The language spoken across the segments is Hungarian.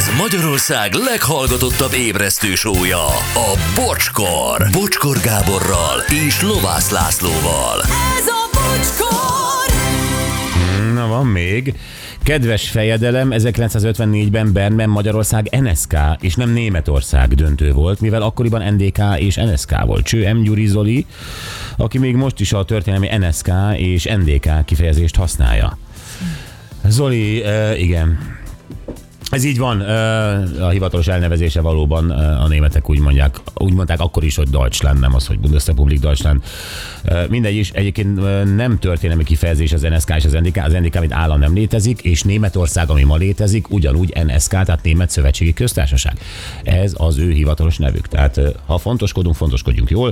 Ez Magyarország leghallgatottabb ébresztő show-ja, a Bocskor. Bocskor Gáborral és Lovász Lászlóval. Ez a Bocskor! Na, van még. Kedves fejedelem, 1954-ben Bernben Magyarország NSK és nem Németország döntő volt, mivel akkoriban NDK és NSK volt. Cső M. Gyuri Zoli, aki még most is a történelmi NSK és NDK kifejezést használja. Zoli, igen. Ez így van, a hivatalos elnevezése valóban a németek úgy mondták akkor is, hogy Deutschland, nem az, hogy Bundesrepublik Deutschland. Mindegy is, egyébként nem történelmi kifejezés az NSK és az NDK. Az NDK, mint állam nem létezik, és Németország, ami ma létezik, ugyanúgy NSK, tehát Német Szövetségi Köztársaság. Ez az ő hivatalos nevük. Tehát ha fontoskodjunk jól.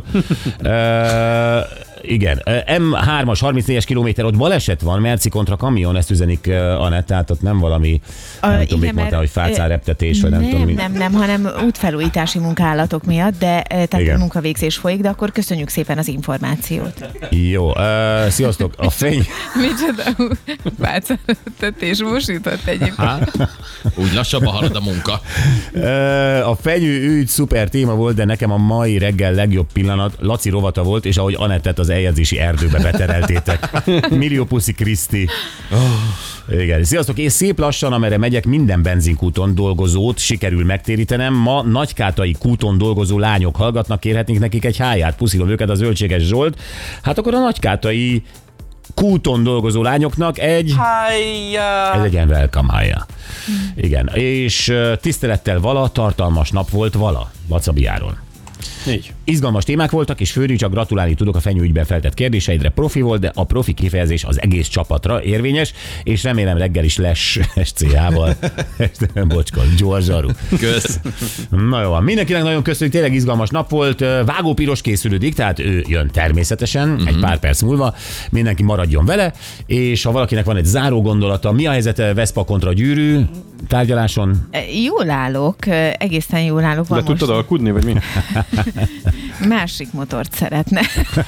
Igen, M3-as 34-es kilométer, ott baleset van, merci kontra kamion, ezt üzenik Anett, tehát ott nem valami, nem tudom, mit mondtál, hogy fácálreptetés, vagy nem tudom. Nem, hanem útfelújítási munkálatok miatt, de tehát munkavégzés folyik, de akkor köszönjük szépen az információt. Jó, sziasztok, a Micsoda fácáltetés mosított egyébként. Úgy lassabban halad a munka. A fenyő ügy szuper téma volt, de nekem a mai reggel legjobb pillanat Laci rovata volt, és ahogy Anettet az eljegyzési erdőbe betereltétek. Millió puszi Kriszti. Igen. Sziasztok, és szép lassan, amerre megyek, minden benzinkúton dolgozót sikerül megtérítenem. Ma Nagykátai kúton dolgozó lányok hallgatnak, kérhetnénk nekik egy háját. Puszilom őket, az Zöldséges Zsolt. Hát akkor a Nagykátai kúton dolgozó lányoknak egy... Hájja! Ez egy ilyen welcome hájja. Igen, és tisztelettel vala, tartalmas nap volt vala, Vacabiáron. Így. Izgalmas témák voltak, és főleg csak gratulálni tudok a fenyőügyben feltett kérdéseidre. Profi volt, de a profi kifejezés az egész csapatra érvényes, és remélem reggel is lesz SCH-val. Bocskor, Gyorzsaru. Kösz. Na jó, mindenkinek nagyon köszönjük, tényleg izgalmas nap volt. Vágó Piros készülődik, tehát ő jön természetesen egy pár perc múlva. Mindenki maradjon vele, és ha valakinek van egy záró gondolata, mi a helyzet Veszpa kontra Gyűrű tárgyaláson? Jól állok, egészen jól állok. De tudtad alkudni, vagy mi? Másik motort szeretne.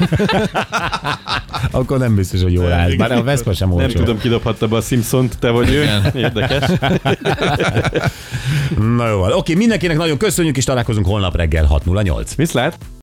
Akkor nem biztos, hogy jól állsz. Bár a Veszpa sem olcsó. Nem tudom, kidobhatta be a Simpsont, te vagy ő. Érdekes. Na jó, oké, mindenkinek nagyon köszönjük, és találkozunk holnap reggel 6:08. Viszlát!